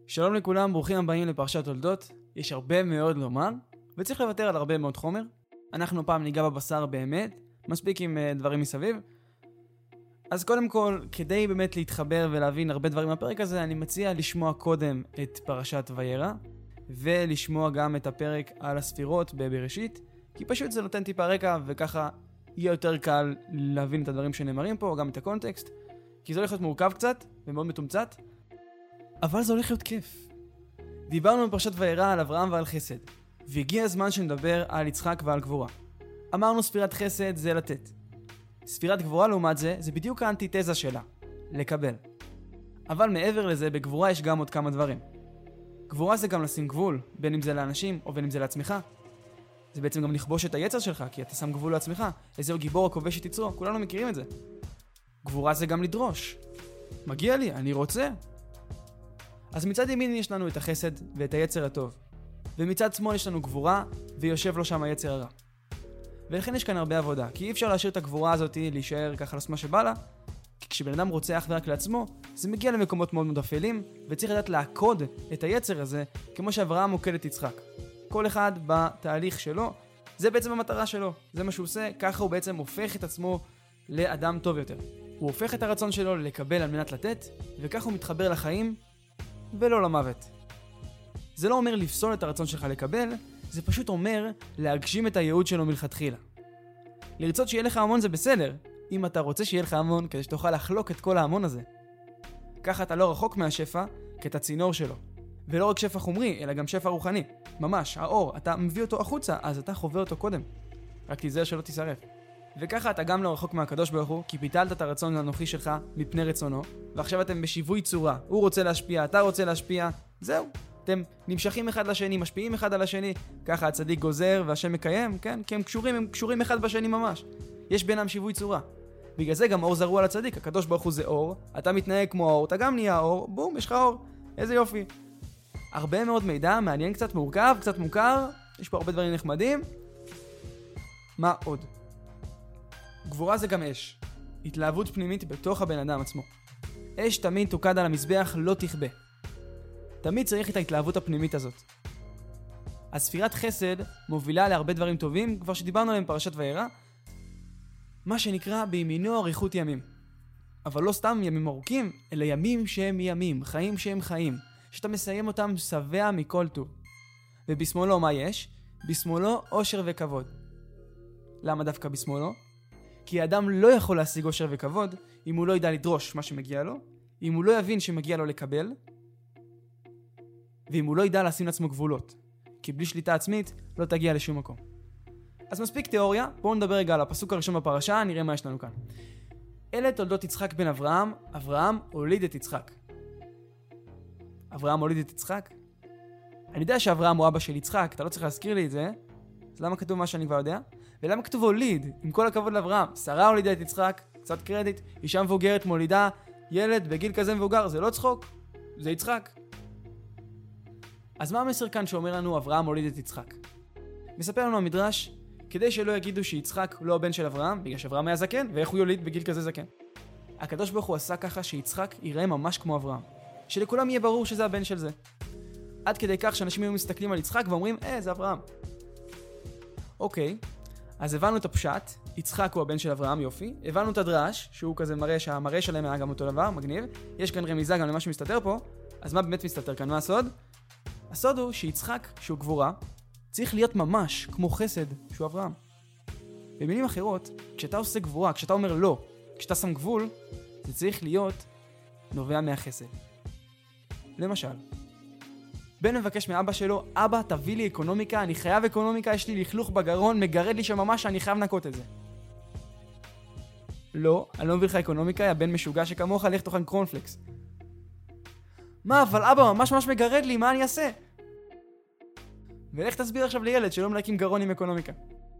שלום לכולם, ברוכים הבאים לפרשת תולדות. יש הרבה מאוד לומר, וצריך לוותר על הרבה מאוד חומר. אנחנו פעם ניגע בבשר באמת, מספיק עם דברים מסביב. אז קודם כל, כדי באמת להתחבר ולהבין הרבה דברים מהפרק הזה, אני מציע לשמוע קודם את פרשת וירא, ולשמוע גם את הפרק על הספירות בבראשית, כי פשוט זה נותן טיפה רקע, וככה יהיה יותר קל להבין את הדברים שנאמרים פה, גם את הקונטקסט, כי זה הולך להיות מורכב קצת, ומאוד מתומצת, אבל זה הולך להיות כיף. דיברנו בפרשת וירא על אברהם ועל חסד, והגיע הזמן שנדבר על יצחק ועל גבורה. אמרנו ספירת חסד זה לתת. ספירת גבורה לעומת זה בדיוק האנטיתזה שלה, לקבל. אבל מעבר לזה, בגבורה יש גם עוד כמה דברים. גבורה זה גם לשים גבול, בין אם זה לאנשים או בין אם זה לעצמך. זה בעצם גם לכבוש את היצר שלך, כי אתה שם גבול לעצמך. איזהו גיבור הכובש את יצרו, כולנו מכירים את זה. גבורה זה גם לדרוש. מגיע לי, אני רוצה. אז מצד ימין יש לנו את החסד ואת היצר הטוב. ומצד שמאל יש לנו גבורה, ויושב לו שם היצר הרע. ולכן יש כאן הרבה עבודה, כי אי אפשר להשאיר את הגבורה הזאת להישאר ככה לעשות מה שבא לה, כי כשבן אדם רוצה אך ורק לעצמו, זה מגיע למקומות מאוד מאוד אפלים, וצריך לדעת לעקוד את היצר הזה, כמו שאברהם עוקד את יצחק. כל אחד בתהליך שלו, זה בעצם המטרה שלו, זה מה שהוא עושה, ככה הוא בעצם הופך את עצמו לאדם טוב יותר. הוא הופך את הרצון שלו לקבל על מנת לתת, וככה הוא מתחבר לחיים, ולא למוות. זה לא אומר לפסול את הרצון שלך לקבל, זה פשוט אומר להגשים את הייעוד שלו מלכתחילה. לרצות שיהיה לך המון זה בסדר, אם אתה רוצה שיהיה לך המון כדי שתוכל לחלוק את כל ההמון הזה. ככה אתה לא רחוק מהשפע, כי אתה צינור שלו. ולא רק שפע חומרי, אלא גם שפע רוחני. ממש, האור, אתה מביא אותו החוצה, אז אתה חווה אותו קודם. רק תיזהר שלא תישרף. וככה אתה גם לא רחוק מהקדוש ברוך הוא, כי ביטלת את הרצון האנוכי שלך מפני רצונו, ועכשיו אתם בשיווי צורה. הוא רוצה להשפיע, אתה רוצה להשפיע, זהו. אתם נמשכים אחד לשני, משפיעים אחד על השני, ככה הצדיק גוזר והשם מקיים, כן? כי הם קשורים אחד בשני ממש. יש בינם שיווי צורה. בגלל זה גם אור זרוע לצדיק, הקדוש ברוך הוא זה אור, אתה מתנהג כמו אור, אתה גם נהיה אור, בום, יש לך אור. איזה יופי. הרבה מאוד מידע, מעניין, קצת מורכב, קצת מוכר, יש פה הרבה דברים נחמדים. מה עוד? גבורה זה גם אש. התלהבות פנימית בתוך הבן אדם עצמו. אש תמיד תוקד על המזבח, לא תכבה. תמיד צריך את ההתלהבות הפנימית הזאת. הספירת חסד מובילה להרבה דברים טובים, כבר שדיברנו עליהם פרשת וירא, מה שנקרא בימינו אריכות ימים. אבל לא סתם ימים ארוכים, אלא ימים שהם ימים, חיים שהם חיים, שאתה מסיים אותם שבע מכל טוב. ובשמאלו מה יש? בשמאלו אושר וכבוד. למה דווקא בשמאלו? כי האדם לא יכול להשיג אושר וכבוד אם הוא לא ידע לדרוש מה שמגיע לו, אם הוא לא יבין שמגיע לו לקבל, ואם הוא לא ידע לשים לעצמו גבולות. כי בלי שליטה עצמית לא תגיע לשום מקום. אז מספיק תיאוריה, בואו נדבר רגע על הפסוק הראשון בפרשה, נראה מה יש לנו כאן. אלה תולדות יצחק בן אברהם, אברהם הוליד את יצחק. אברהם הוליד את יצחק? אני יודע שאברהם הוא אבא של יצחק, אתה לא צריך להזכיר לי את זה, אז למה כתוב מה שאני כבר יודע? ולמה כתוב הוליד? עם כל הכבוד לאברהם, שרה הולידה את יצחק, קצת קרדיט, אישה מבוגרת מולידה, ילד בגיל כזה מבוגר, זה לא צחוק, זה יצחק. אז מה המסר כאן שאומר לנו אברהם הוליד את יצחק? מספר לנו המדרש, כדי שלא יגידו שיצחק לא הבן של אברהם, בגלל שאברהם היה זקן, ואיך הוא יוליד בגיל כזה זקן. הקדוש ברוך הוא עשה ככה שיצחק ייראה ממש כמו אברהם. שלכולם יהיה ברור שזה הבן של זה. עד כדי כך שאנשים היו מסתכלים על יצחק ואומרים, זה אברהם. אוקיי, אז הבנו את הפשט, יצחק הוא הבן של אברהם, יופי. הבנו את הדרש, שהוא כזה מראה שהמראה שלהם היה גם אותו דבר, מגניב. יש כאן רמיזה גם למה שמסתתר פה. אז מה באמת מסתתר כאן? מה הסוד? הסוד הוא שיצחק, שהוא גבורה, צריך להיות ממש כמו חסד, שהוא אברהם. במילים אחרות, כשאתה עושה גבורה, כשאתה אומר לא, כשאתה שם גבול, זה צריך להיות נובע מהחסד. למשל, בן מבקש מאבא שלו, אבא תביא לי אקונומיקה, אני חייב אקונומיקה, יש לי לכלוך בגרון, מגרד לי שממש, אני חייב לנקות את זה. לא, אני לא מביא לך אקונומיקה, יא בן משוגע שכמוך, לך תאכל קרונפלקס. מה, אבל אבא ממש מגרד לי, מה אני אעשה? ולך תסביר עכשיו לילד שלא מלהקים גרון עם אקונומיקה.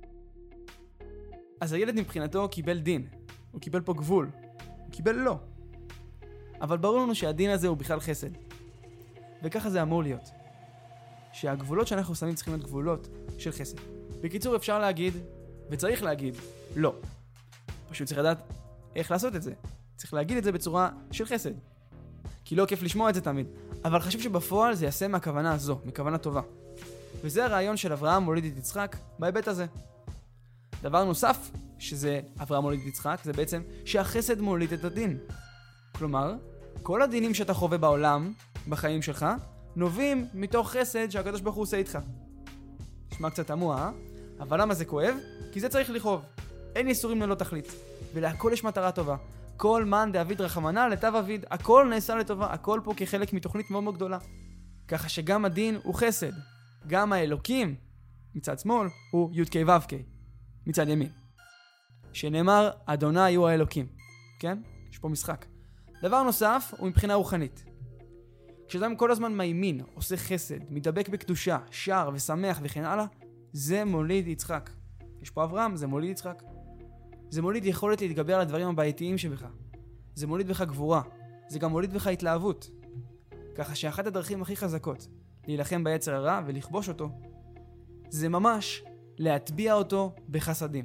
אז הילד מבחינתו קיבל דין, הוא קיבל פה גבול, הוא קיבל לא. אבל ברור לנו שהדין הזה הוא בכלל חסד. וככה זה אמור להיות. שהגבולות שאנחנו שמים צריכים להיות גבולות של חסד. בקיצור אפשר להגיד, וצריך להגיד, לא. פשוט צריך לדעת איך לעשות את זה. צריך להגיד את זה בצורה של חסד. כי לא כיף לשמוע את זה תמיד. אבל חשוב שבפועל זה יעשה מהכוונה הזו, מכוונה טובה. וזה הרעיון של אברהם מוליד את יצחק בהיבט הזה. דבר נוסף, שזה אברהם מוליד את יצחק, זה בעצם שהחסד מוליד את הדין. כלומר, כל הדינים שאתה חווה בעולם, בחיים שלך, נובעים מתוך חסד שהקדוש ברוך הוא עושה איתך. נשמע קצת תמוה, אבל למה זה כואב? כי זה צריך לכאוב. אין ייסורים ללא תכלית. ולהכל יש מטרה טובה. כל מן דאביד רחמנא לטב אביד. הכל נעשה לטובה. הכל פה כחלק מתוכנית מאוד מאוד גדולה. ככה שגם הדין הוא חסד. גם האלוקים, מצד שמאל, הוא י' כ' ו' כ'. מצד ימין. שנאמר, אדוני הוא האלוקים. כן? יש פה משחק. דבר נוסף הוא מבחינה רוחנית. כשאדם כל הזמן מימין, עושה חסד, מדבק בקדושה, שר ושמח וכן הלאה, זה מוליד יצחק. יש פה אברהם, זה מוליד יצחק. זה מוליד יכולת להתגבר על הדברים הבעייתיים שבך. זה מוליד בך גבורה. זה גם מוליד בך התלהבות. ככה שאחת הדרכים הכי חזקות להילחם ביצר הרע ולכבוש אותו, זה ממש להטביע אותו בחסדים.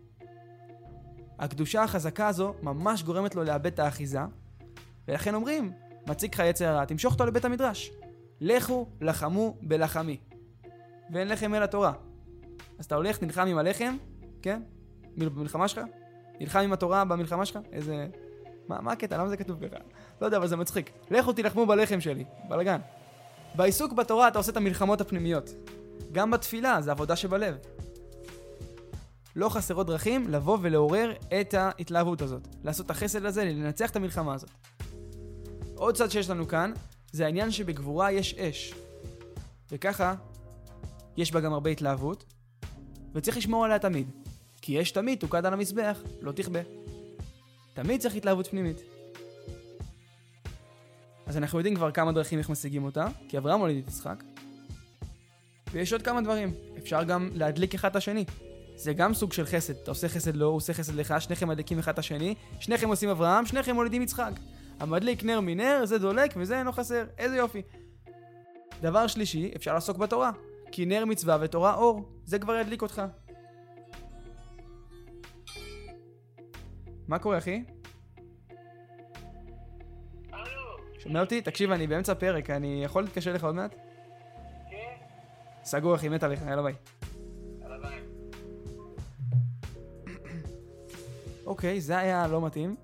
הקדושה החזקה הזו ממש גורמת לו לאבד את האחיזה, ולכן אומרים, מציג לך יצר הרע, תמשוך אותו לבית המדרש. לכו לחמו בלחמי. ואין לחם אלא תורה. אז אתה הולך, נלחם עם הלחם, כן? במלחמה שלך? נלחם עם התורה במלחמה שלך? איזה... מה הקטע? למה זה כתוב ככה? לא יודע, אבל זה מצחיק. לכו תלחמו בלחם שלי. בלגן. בעיסוק בתורה אתה עושה את המלחמות הפנימיות. גם בתפילה, זה עבודה שבלב. לא חסרות דרכים לבוא ולעורר את ההתלהבות הזאת. לעשות את החסד הזה, לנצח את המלחמה הזאת. עוד צד שיש לנו כאן, זה העניין שבגבורה יש אש. וככה, יש בה גם הרבה התלהבות, וצריך לשמור עליה תמיד. כי אש תמיד תוקד על המזבח, לא תכבה. תמיד צריך התלהבות פנימית. אז אנחנו יודעים כבר כמה דרכים איך משיגים אותה, כי אברהם מוליד את יצחק. ויש עוד כמה דברים. אפשר גם להדליק אחד את השני. זה גם סוג של חסד. אתה עושה חסד לו, הוא עושה חסד לך, שניכם מדליקים אחד את השני, שניכם עושים אברהם, שניכם מולידים יצחק. המדליק נר מנר, זה דולק וזה אינו חסר. איזה יופי. דבר שלישי, אפשר לעסוק בתורה. כי נר מצווה ותורה אור. זה כבר ידליק אותך. מה קורה, אחי? שומע אותי? תקשיב, אני באמצע פרק, אני יכול להתקשר לך עוד מעט? כן. סגור, אחי, מת עליך, יאללה ביי. יאללה ביי. אוקיי, זה היה לא מתאים.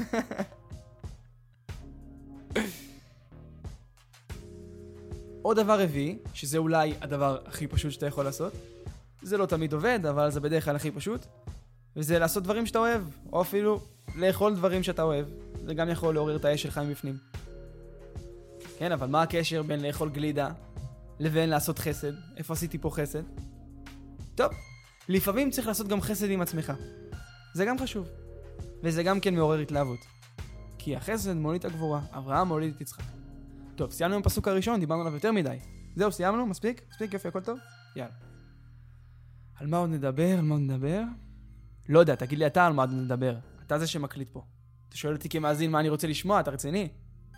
עוד דבר רביעי, שזה אולי הדבר הכי פשוט שאתה יכול לעשות. זה לא תמיד עובד, אבל זה בדרך כלל הכי פשוט. וזה לעשות דברים שאתה אוהב, או אפילו לאכול דברים שאתה אוהב. זה גם יכול לעורר את האש שלך מבפנים. כן, אבל מה הקשר בין לאכול גלידה לבין לעשות חסד? איפה עשיתי פה חסד? טוב, לפעמים צריך לעשות גם חסד עם עצמך. זה גם חשוב. וזה גם כן מעורר התלהבות. כי החסד מוליד את הגבורה, אברהם מוליד את יצחק. טוב, סיימנו עם הפסוק הראשון, דיברנו עליו יותר מדי. זהו, סיימנו? מספיק? מספיק, יופי, הכל טוב? יאללה. על מה עוד נדבר? לא יודע, תגיד לי אתה על מה עוד נדבר. אתה זה שמקליט פה. אתה שואל אותי כמאזין מה אני רוצה לשמוע, אתה רציני?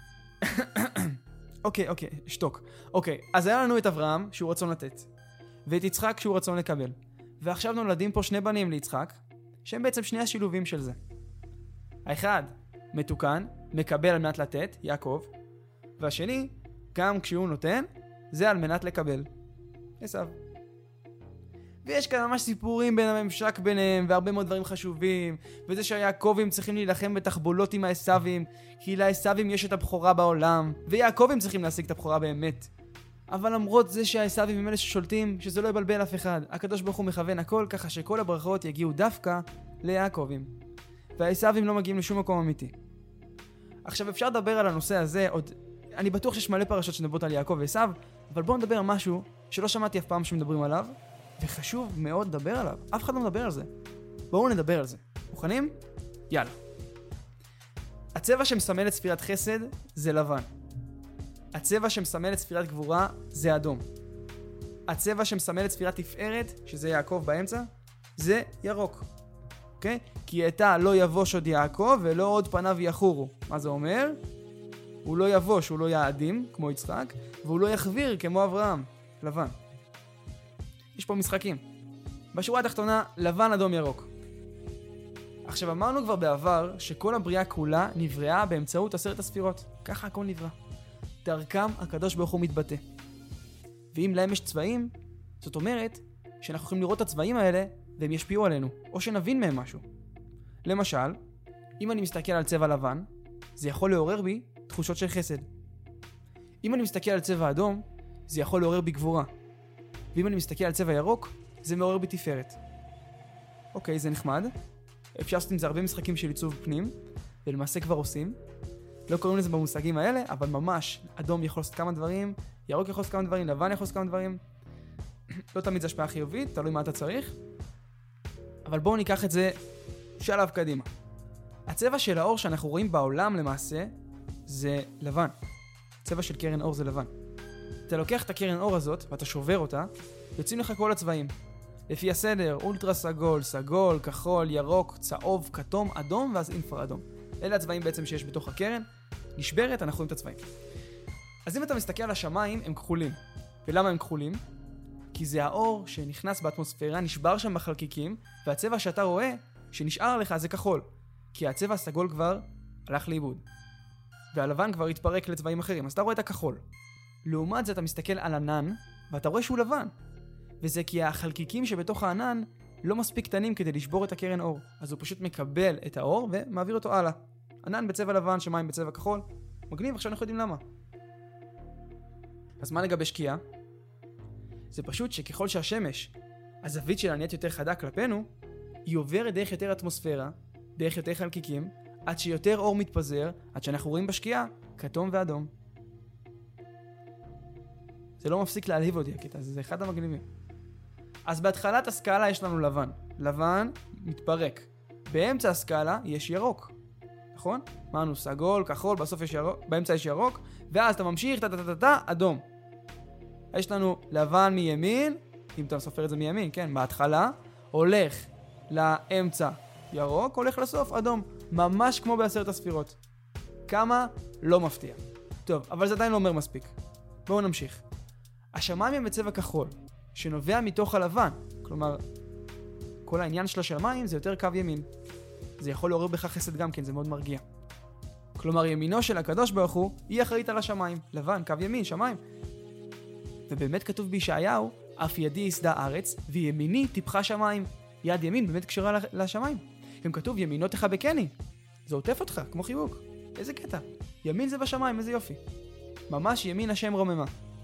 אוקיי, שתוק. אוקיי, אז היה לנו את אברהם שהוא רצון לתת, ואת יצחק שהוא רצון לקבל. ועכשיו נולדים פה שני בנים ליצחק, שהם בעצם שני השילובים של זה. האחד, מתוקן, מקבל על מנת לתת, יעקב, והשני, גם כשהוא נותן, זה על מנת לקבל. עשיו. ויש כאן ממש סיפורים בין הממשק ביניהם, והרבה מאוד דברים חשובים, וזה שהיעקבים צריכים להילחם בתחבולות עם העשיבים, כי לעשיבים יש את הבכורה בעולם, ויעקבים צריכים להשיג את הבכורה באמת. אבל למרות זה שהעשיבים הם אלה ששולטים, שזה לא יבלבל אף אחד, הקדוש ברוך הוא מכוון הכל ככה שכל הברכות יגיעו דווקא ליעקבים. והעשיבים לא מגיעים לשום מקום אמיתי. עכשיו אפשר לדבר על הנושא הזה, עוד... אני בטוח שיש מלא פרשות שנדברות על יעקב ועשיו, אבל בואו נדבר על משהו שלא שמעתי אף פעם שמדברים עליו, וחשוב מאוד לדבר עליו. אף אחד לא מדבר על זה. בואו נדבר על זה. מוכנים? יאללה. הצבע שמסמל את ספירת חסד זה לבן. הצבע שמסמל את ספירת גבורה זה אדום. הצבע שמסמל את ספירת תפארת, שזה יעקב באמצע, זה ירוק. אוקיי? כי אתה לא יבוש עוד יעקב ולא עוד פניו יחורו. מה זה אומר? הוא לא יבוש, הוא לא יעדים, כמו יצחק, והוא לא יחביר כמו אברהם. לבן. יש פה משחקים. בשורה התחתונה, לבן, אדום, ירוק. עכשיו אמרנו כבר בעבר שכל הבריאה כולה נבראה באמצעות 10 הספירות. ככה הכל נברא. דרכם הקדוש ברוך הוא מתבטא. ואם להם יש צבעים, זאת אומרת שאנחנו יכולים לראות את הצבעים האלה והם ישפיעו עלינו, או שנבין מהם משהו. למשל, אם אני מסתכל על צבע לבן, זה יכול לעורר בי תחושות של חסד. אם אני מסתכל על צבע אדום, זה יכול לעורר בי גבורה. ואם אני מסתכל על צבע ירוק, זה מעורר בי תפארת. אוקיי, זה נחמד. אפשר לעשות עם זה הרבה משחקים של עיצוב פנים, ולמעשה כבר עושים. לא קוראים לזה במושגים האלה, אבל ממש, אדום יכול לעשות כמה דברים, ירוק יכול לעשות כמה דברים, לבן יכול לעשות כמה דברים. לא תמיד זה השפעה חיובית, תלוי מה אתה צריך. אבל בואו ניקח את זה שלב קדימה. הצבע של האור שאנחנו רואים בעולם למעשה, זה לבן. הצבע של קרן אור זה לבן. אתה לוקח את הקרן אור הזאת, ואתה שובר אותה, יוצאים לך כל הצבעים. לפי הסדר, אולטרה סגול, סגול, כחול, ירוק, צהוב, כתום, אדום, ואז אינפרה אדום. אלה הצבעים בעצם שיש בתוך הקרן. נשברת, אנחנו רואים את הצבעים. אז אם אתה מסתכל על השמיים, הם כחולים. ולמה הם כחולים? כי זה האור שנכנס באטמוספירה, נשבר שם בחלקיקים, והצבע שאתה רואה, שנשאר לך, זה כחול. כי הצבע הסגול כבר הלך לאיבוד. והלבן כבר התפרק לצבעים אחרים, אז אתה רואה את הכחול. לעומת זה אתה מסתכל על ענן, ואתה רואה שהוא לבן. וזה כי החלקיקים שבתוך הענן לא מספיק קטנים כדי לשבור את הקרן אור. אז הוא פשוט מקבל את האור ומעביר אותו הלאה. ענן בצבע לבן, שמיים בצבע כחול. מגניב, עכשיו אנחנו יודעים למה. אז מה לגבי שקיעה? זה פשוט שככל שהשמש, הזווית שלה נהיית יותר חדה כלפינו, היא עוברת דרך יותר אטמוספירה, דרך יותר חלקיקים, עד שיותר אור מתפזר, עד שאנחנו רואים בשקיעה כתום ואדום. זה לא מפסיק להלהיב אותי הקטע, זה אחד המגניבים. אז בהתחלת הסקאלה יש לנו לבן. לבן מתפרק. באמצע הסקאלה יש ירוק. נכון? אמרנו סגול, כחול, בסוף יש ירוק, באמצע יש ירוק, ואז אתה ממשיך, אדום. יש לנו לבן מימין, אם אתה סופר את זה מימין, כן, בהתחלה, הולך לאמצע ירוק, הולך לסוף אדום. ממש כמו ב10 הספירות. כמה? לא מפתיע. טוב, אבל זה עדיין לא אומר מספיק. בואו נמשיך. השמיים הם בצבע כחול, שנובע מתוך הלבן. כלומר, כל העניין של השמיים זה יותר קו ימין. זה יכול לעורר בך חסד גם כן, זה מאוד מרגיע. כלומר, ימינו של הקדוש ברוך הוא, היא אחראית על השמיים. לבן, קו ימין, שמיים. ובאמת כתוב בישעיהו, אף ידי יסדה ארץ, וימיני טיפחה שמיים. יד ימין באמת קשורה לשמיים. גם כתוב, ימינו תחבקני. זה עוטף אותך, כמו חיבוק. איזה קטע. ימין זה בשמיים, איזה יופי. ממש ימין השם רוממה.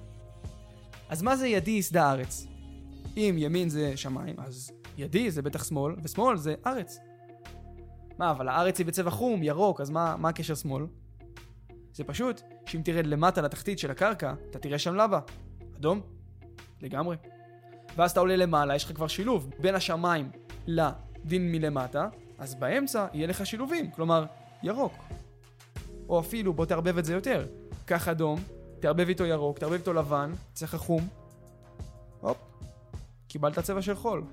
אז מה זה ידי יסדה ארץ? אם ימין זה שמיים, אז ידי זה בטח שמאל, ושמאל זה ארץ. מה, אבל הארץ היא בצבע חום, ירוק, אז מה הקשר שמאל? זה פשוט, שאם תרד למטה לתחתית של הקרקע, אתה תראה שם לבה. אדום? לגמרי. ואז אתה עולה למעלה, יש לך כבר שילוב בין השמיים לדין מלמטה, אז באמצע יהיה לך שילובים, כלומר, ירוק. או אפילו, בוא תערבב את זה יותר. קח אדום, תערבב איתו ירוק, תערבב איתו לבן, צריך חום. הופ, קיבלת צבע של חול.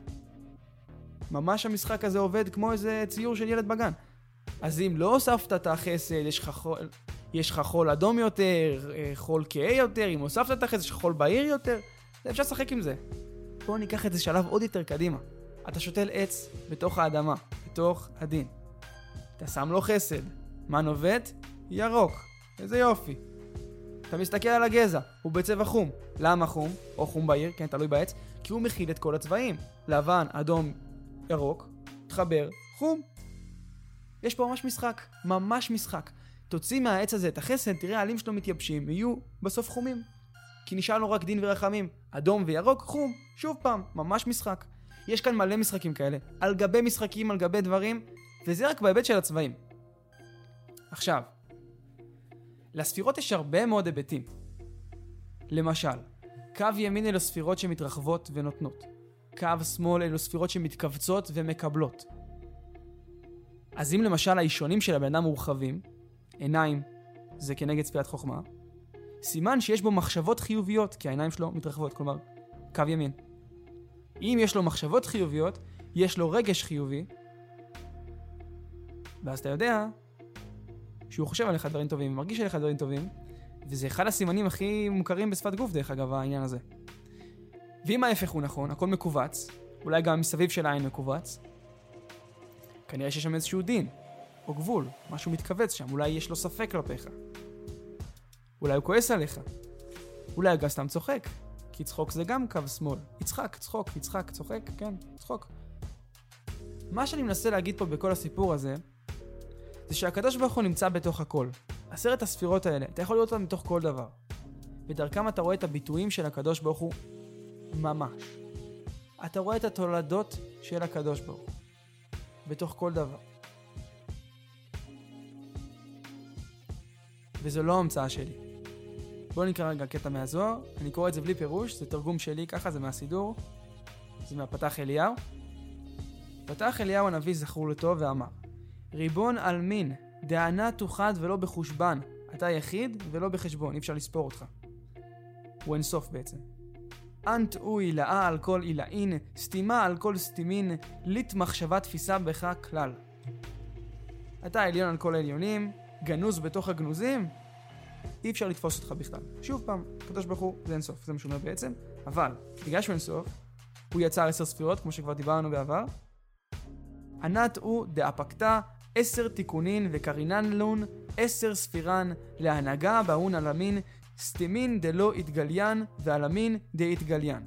ממש המשחק הזה עובד כמו איזה ציור של ילד בגן. אז אם לא הוספת את החסד, יש לך חול אדום יותר, חול כהה יותר, אם הוספת את החסד, יש לך חול בהיר יותר, אפשר לשחק עם זה. בואו ניקח את זה שלב עוד יותר קדימה. אתה שותל עץ בתוך האדמה, בתוך הדין. אתה שם לו חסד. מה נובט? ירוק. איזה יופי. אתה מסתכל על הגזע, הוא בצבע חום. למה חום? או חום בהיר, כן, תלוי בעץ, כי הוא מכיל את כל הצבעים. לבן, אדום, ירוק, תחבר, חום. יש פה ממש משחק, ממש משחק. תוציא מהעץ הזה את החסד, תראה העלים שלו מתייבשים, יהיו בסוף חומים. כי נשאר לו רק דין ורחמים, אדום וירוק, חום, שוב פעם, ממש משחק. יש כאן מלא משחקים כאלה, על גבי משחקים, על גבי דברים, וזה רק בהיבט של הצבעים. עכשיו, לספירות יש הרבה מאוד היבטים. למשל, קו ימין אלו ספירות שמתרחבות ונותנות. קו שמאל אלו ספירות שמתכווצות ומקבלות. אז אם למשל האישונים של הבן אדם מורחבים, עיניים זה כנגד ספירת חוכמה, סימן שיש בו מחשבות חיוביות, כי העיניים שלו מתרחבות, כלומר, קו ימין. אם יש לו מחשבות חיוביות, יש לו רגש חיובי, ואז אתה יודע שהוא חושב עליך דברים טובים, מרגיש עליך דברים טובים, וזה אחד הסימנים הכי מוכרים בשפת גוף, דרך אגב, העניין הזה. ואם ההפך הוא נכון, הכל מקובץ, אולי גם מסביב של העין מקובץ, כנראה שיש שם איזשהו דין, או גבול, משהו מתכווץ שם, אולי יש לו ספק כלפיך. אולי הוא כועס עליך. אולי גם סתם צוחק, כי צחוק זה גם קו שמאל. יצחק, צחוק, יצחק, צוחק, כן, צחוק. מה שאני מנסה להגיד פה בכל הסיפור הזה, זה שהקדוש ברוך הוא נמצא בתוך הכל. 10 הספירות האלה, אתה יכול לראות אותם בתוך כל דבר. בדרכם אתה רואה את הביטויים של הקדוש ברוך הוא ממש. אתה רואה את התולדות של הקדוש ברוך הוא בתוך כל דבר. וזו לא המצאה שלי. בואו נקרא רגע קטע מהזוהר. אני קורא את זה בלי פירוש, זה תרגום שלי ככה, זה מהסידור. זה מהפתח אליהו. פתח אליהו הנביא זכור לטוב ואמר: ריבון אלמין, דענה תוחד ולא בחושבן. אתה יחיד ולא בחשבון, אי אפשר לספור אותך. הוא אינסוף בעצם. אנט הוא עילאה על כל עילאין, סתימה על כל סתימין, לית מחשבה תפיסה בך כלל. אתה עליון על כל העליונים, גנוז בתוך הגנוזים, אי אפשר לתפוס אותך בכלל. שוב פעם, הקדוש ברוך הוא זה אינסוף, זה משונה בעצם, אבל בגלל שהוא אינסוף, הוא יצר 10 ספירות, כמו שכבר דיברנו בעבר. ענת הוא דאפקתה 10 תיקונין וקרינן לון 10 ספירן להנהגה בהון אלמין סתימין דלא התגליין ואלמין דהתגליין.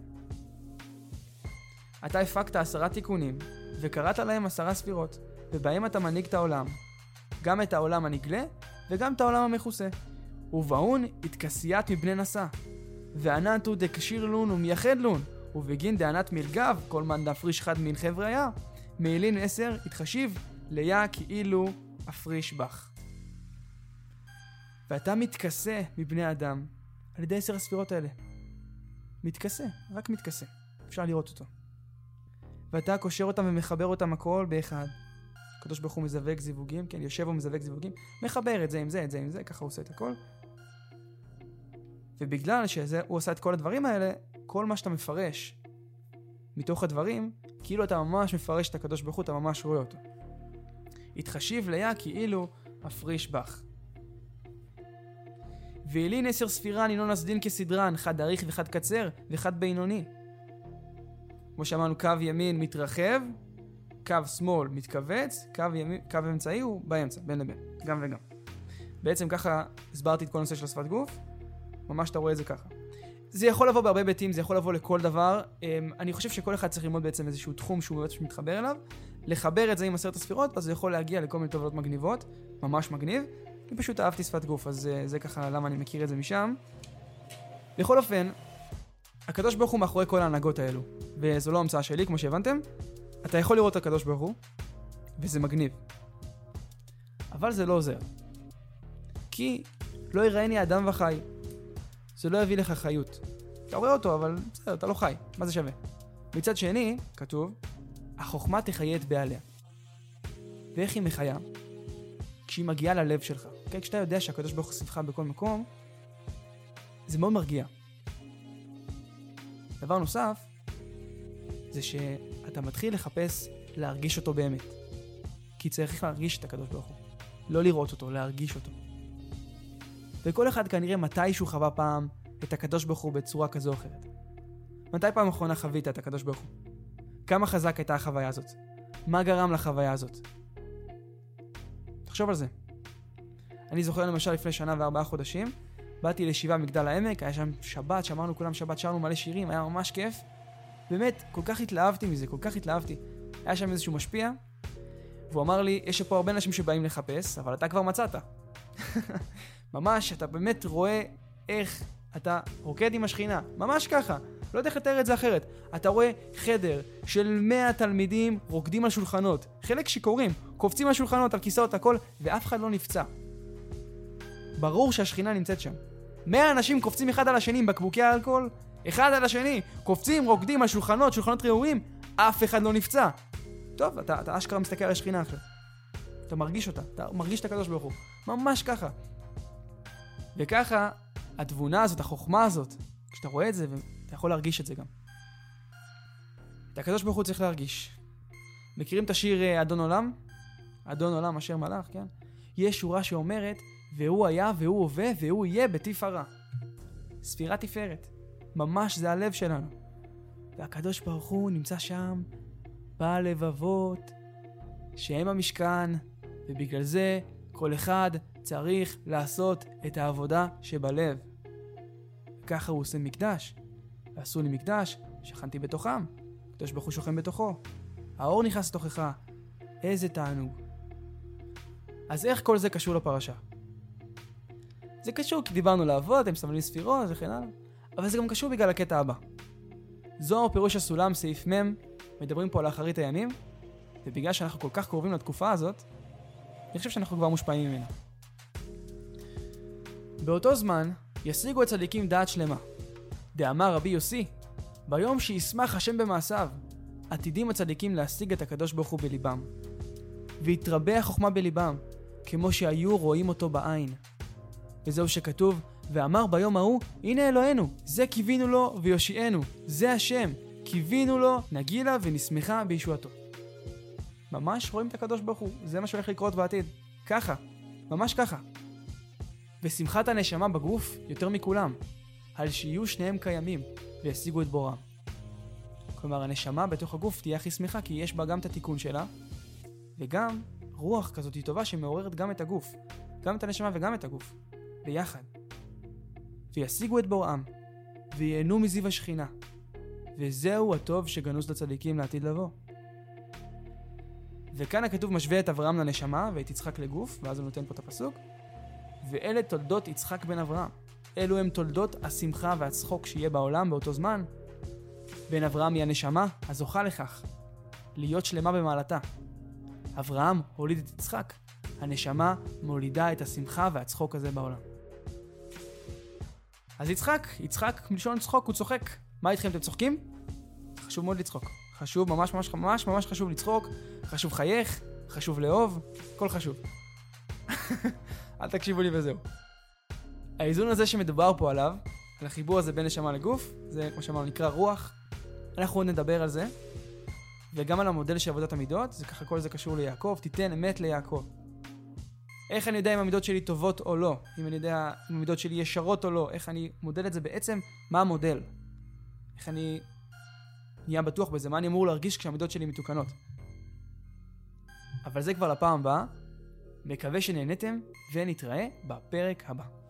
אתה הפקת 10 תיקונים וקראת להם 10 ספירות, ובהם אתה מנהיג את העולם, גם את העולם הנגלה וגם את העולם המכוסה. ובהון התכסיית מבני נשא, וענת הוא דקשיר לון ומייחד לון, ובגין דענת מלגב כל מן דפריש חד מן חברה היה, מעילין 10 התחשיב ליה כאילו אפריש בך. ואתה מתכסה מבני אדם על ידי 10 הספירות האלה. מתכסה, רק מתכסה. אפשר לראות אותו. ואתה קושר אותם ומחבר אותם הכל באחד. הקדוש ברוך הוא מזווק זיווגים, כן, יושב ומזווק זיווגים, מחבר את זה עם זה, את זה עם זה, ככה הוא עושה את הכל. ובגלל שהוא עושה את כל הדברים האלה, כל מה שאתה מפרש מתוך הדברים, כאילו אתה ממש מפרש את הקדוש ברוך הוא, אתה ממש רואה אותו. התחשיב ליה כאילו אפריש בך. ואילין 10 ספירן ינון הסדין כסדרן, חד אריך וחד קצר וחד בינוני. כמו שאמרנו, קו ימין מתרחב, קו שמאל מתכווץ, קו אמצעי הוא באמצע, בין לבין, גם וגם. בעצם ככה הסברתי את כל הנושא של שפת גוף, ממש אתה רואה את זה ככה. זה יכול לבוא בהרבה ביתים, זה יכול לבוא לכל דבר. אני חושב שכל אחד צריך ללמוד בעצם איזשהו תחום שהוא באמת מתחבר אליו, לחבר את זה עם 10 הספירות, אז זה יכול להגיע לכל מיני תובנות מגניבות, ממש מגניב. אני פשוט אהבתי שפת גוף, אז זה ככה למה אני מכיר את זה משם. בכל אופן, הקדוש ברוך הוא מאחורי כל ההנהגות האלו, וזו לא המצאה שלי, כמו שהבנתם. אתה יכול לראות את הקדוש ברוך הוא, וזה מגניב. אבל זה לא עוזר. כי לא יראני אדם וחי. זה לא יביא לך חיות. אתה רואה אותו, אבל בסדר, אתה לא חי. מה זה שווה? מצד שני, כתוב, החוכמה תחיה את בעליה. ואיך היא מחיה? כשהיא מגיעה ללב שלך. כן, כשאתה יודע שהקדוש ברוך הוא סביבך בכל מקום, זה מאוד מרגיע. דבר נוסף, זה שאתה מתחיל לחפש להרגיש אותו באמת. כי צריך להרגיש את הקדוש ברוך הוא. לא לראות אותו, להרגיש אותו. וכל אחד כנראה מתישהו חווה פעם את הקדוש ברוך הוא בצורה כזו או אחרת. מתי פעם אחרונה חווית את הקדוש ברוך הוא? כמה חזק הייתה החוויה הזאת? מה גרם לחוויה הזאת? תחשוב על זה. אני זוכר למשל לפני 1 ו4 חודשים, באתי לישיבה מגדל העמק, היה שם שבת, שמרנו כולם שבת, שרנו מלא שירים, היה ממש כיף. באמת, כל כך התלהבתי מזה, כל כך התלהבתי. היה שם איזשהו משפיע, והוא אמר לי, יש פה הרבה אנשים שבאים לחפש, אבל אתה כבר מצאת. ממש, אתה באמת רואה איך אתה רוקד עם השכינה. ממש ככה. לא יודע איך לתאר את זה אחרת. אתה רואה חדר של 100 תלמידים רוקדים על שולחנות. חלק שיכורים, קופצים על שולחנות, על כיסאות, הכל, ואף אחד לא נפצע. ברור שהשכינה נמצאת שם. 100 אנשים קופצים אחד על השני עם בקבוקי האלכוהול, אחד על השני, קופצים, רוקדים על שולחנות, שולחנות ראויים, אף אחד לא נפצע. טוב, אתה אשכרה מסתכל על השכינה עכשיו. אתה מרגיש אותה, אתה מרגיש את הקדוש ברוך הוא. ממש ככה. וככה, התבונה הזאת, החוכמה הזאת, כשאתה רואה את זה, אתה יכול להרגיש את זה גם. את הקדוש ברוך הוא צריך להרגיש. מכירים את השיר אדון עולם? אדון עולם אשר מלך, כן? יש שורה שאומרת, והוא היה והוא הווה והוא יהיה בתפארה. ספירת תפארת. ממש זה הלב שלנו. והקדוש ברוך הוא נמצא שם, בלבבות, שהם המשכן, ובגלל זה כל אחד צריך לעשות את העבודה שבלב. ככה הוא עושה מקדש. ועשו לי מקדש, שכנתי בתוכם. הקדוש ברוך הוא שוכן בתוכו. האור נכנס לתוכך. איזה תענוג. אז איך כל זה קשור לפרשה? זה קשור כי דיברנו לעבוד, הם סמלים ספירות וכן הלאה. אבל זה גם קשור בגלל הקטע הבא. זוהר פירוש הסולם, סעיף מ', מדברים פה על אחרית הימים, ובגלל שאנחנו כל כך קרובים לתקופה הזאת, אני חושב שאנחנו כבר מושפעים ממנה. באותו זמן, ישיגו הצדיקים דעת שלמה. דאמר רבי יוסי, ביום שישמח השם במעשיו, עתידים הצדיקים להשיג את הקדוש ברוך הוא בליבם. ויתרבה החוכמה בליבם, כמו שהיו רואים אותו בעין. וזהו שכתוב, ואמר ביום ההוא, הנה אלוהינו, זה קיווינו לו ויושיענו, זה השם, קיווינו לו, נגילה ונשמחה בישועתו. ממש רואים את הקדוש ברוך הוא, זה מה שהולך לקרות בעתיד. ככה, ממש ככה. ושמחת הנשמה בגוף יותר מכולם, על שיהיו שניהם קיימים וישיגו את בורם. כלומר, הנשמה בתוך הגוף תהיה הכי שמחה, כי יש בה גם את התיקון שלה, וגם רוח כזאת טובה שמעוררת גם את הגוף, גם את הנשמה וגם את הגוף, ביחד. וישיגו את בוראם, וייהנו מזיו השכינה. וזהו הטוב שגנוז לצדיקים לעתיד לבוא. וכאן הכתוב משווה את אברהם לנשמה ואת יצחק לגוף, ואז הוא נותן פה את הפסוק. ואלה תולדות יצחק בן אברהם. אלו הם תולדות השמחה והצחוק שיהיה בעולם באותו זמן. בן אברהם היא הנשמה, הזוכה לכך, להיות שלמה במעלתה. אברהם הוליד את יצחק. הנשמה מולידה את השמחה והצחוק הזה בעולם. אז יצחק מלשון צחוק, הוא צוחק. מה איתכם, אתם צוחקים? חשוב מאוד לצחוק. חשוב, ממש חשוב לצחוק. חשוב חייך, חשוב לאהוב, הכל חשוב. אל תקשיבו לי וזהו. האיזון הזה שמדובר פה עליו, על החיבור הזה בין נשמה לגוף, זה כמו שאמרנו נקרא רוח. אנחנו עוד נדבר על זה. וגם על המודל של עבודת המידות, זה ככה כל זה קשור ליעקב, תיתן אמת ליעקב. איך אני יודע אם המידות שלי טובות או לא? אם אני יודע אם המידות שלי ישרות או לא? איך אני מודל את זה בעצם? מה המודל? איך אני נהיה בטוח בזה? מה אני אמור להרגיש כשהמידות שלי מתוקנות? אבל זה כבר לפעם הבאה. מקווה שנהנתם ונתראה בפרק הבא.